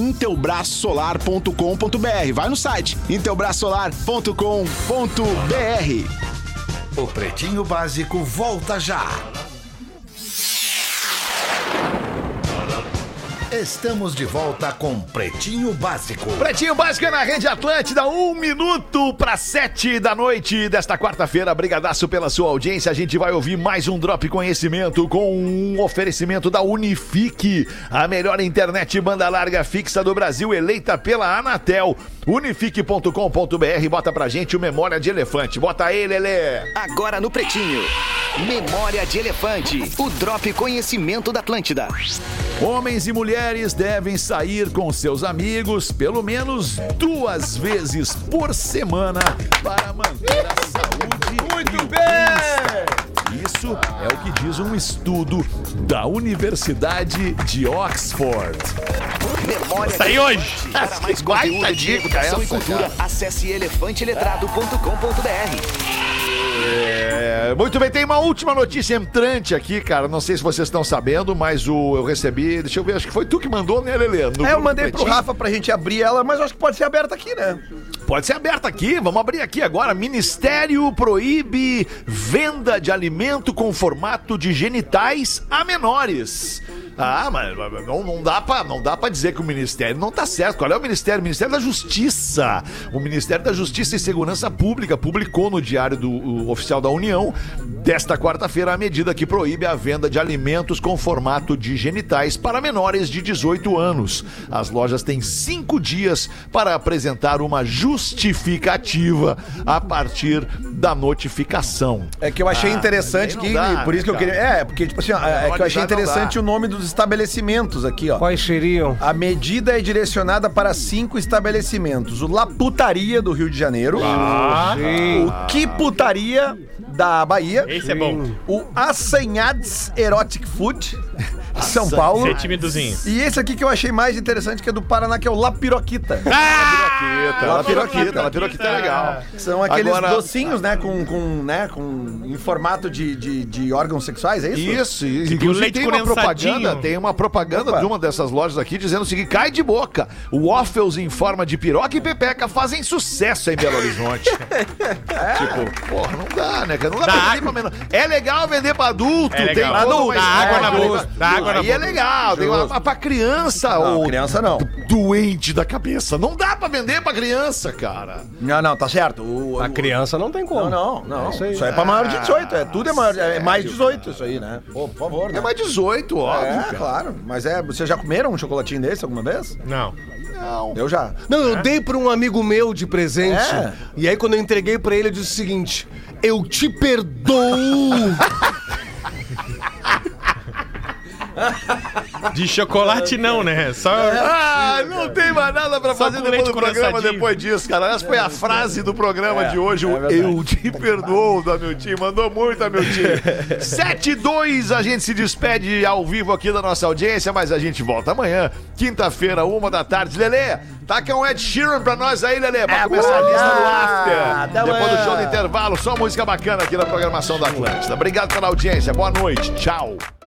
intelbrasolar.com.br. Vai no site intelbrasolar.com.br. O Pretinho Básico volta já. Estamos de volta com Pretinho Básico. Pretinho Básico é na Rede Atlântida, 1 minuto para 7 da noite desta quarta-feira. Brigadaço pela sua audiência. A gente vai ouvir mais um Drop Conhecimento com um oferecimento da Unifique, a melhor internet banda larga fixa do Brasil, eleita pela Anatel. Unifique.com.br. Bota pra gente o Memória de Elefante. Bota aí, Lelê. Agora no Pretinho, Memória de Elefante, o Drop Conhecimento da Atlântida. Homens e mulheres devem sair com seus amigos pelo menos 2 vezes por semana para manter a saúde. Muito bem! Isso é o que diz um estudo da Universidade de Oxford. Memória Sai hoje! Para mais conteúdo de educação e cultura, acesse elefanteletrado.com.br. Muito bem, tem uma última notícia entrante aqui, cara. Não sei se vocês estão sabendo, mas eu recebi. Deixa eu ver, acho que foi tu que mandou, né, Lelê? Eu mandei pro Rafa pra gente abrir ela, mas acho que pode ser aberta aqui, né? Pode ser aberta aqui, vamos abrir aqui agora. Ministério proíbe venda de alimento com formato de genitais a menores. Ah, mas não dá pra dizer que o Ministério não tá certo. Qual é o Ministério? O Ministério da Justiça. O Ministério da Justiça e Segurança Pública publicou no Diário Oficial da União desta quarta-feira a medida que proíbe a venda de alimentos com formato de genitais para menores de 18 anos. As lojas têm 5 dias para apresentar uma justificativa a partir da notificação. É que eu achei interessante que, por isso que eu queria... porque tipo assim, que eu achei interessante o nome dos estabelecimentos aqui, ó. Quais seriam? A medida é direcionada para 5 estabelecimentos. O La Putaria do Rio de Janeiro. O Que Putaria da Bahia. Esse é bom. O Assanhads Erotic Food. São Paulo. Ser timidozinho. E esse aqui que eu achei mais interessante, que é do Paraná, que é o Lapiroquita. Lapiroquita é legal. São aqueles docinhos, né, em formato de órgãos sexuais, é isso? Isso. Inclusive tem uma propaganda de uma dessas lojas aqui dizendo o seguinte: cai de boca. Waffles em forma de piroca e pepeca fazem sucesso em Belo Horizonte. Tipo, porra, não dá, né? Não dá pra vender pra menor. É legal vender pra adulto. É legal. Tem Adulto, dá água na boca. Aí é legal. Tem uma pra criança. Não, criança não. Doente da cabeça. Não dá pra vender pra criança, cara. Não, tá certo. A criança não tem como. Não. Isso aí é pra maior de 18. Tudo é maior. É mais 18 isso aí, né? Pô, por favor. É mais 18, óbvio. Claro. Mas vocês já comeram um chocolatinho desse alguma vez? Não. Eu já. Não, eu dei pra um amigo meu de presente. E aí, quando eu entreguei pra ele, eu disse o seguinte: eu te perdoo. De chocolate não, né? Só... não tem mais nada pra fazer depois do programa depois disso, cara. Essa foi a frase do programa de hoje. Eu te perdoo, da meu time. Mandou muito, meu time. 7-2, a gente se despede ao vivo aqui da nossa audiência, mas a gente volta amanhã, quinta-feira, 1h. Lelê, taca um Ed Sheeran pra nós aí, Lelê, pra começar a lista do After. Depois do show do intervalo, só música bacana aqui na programação da Atlântida. Obrigado pela audiência, boa noite, tchau.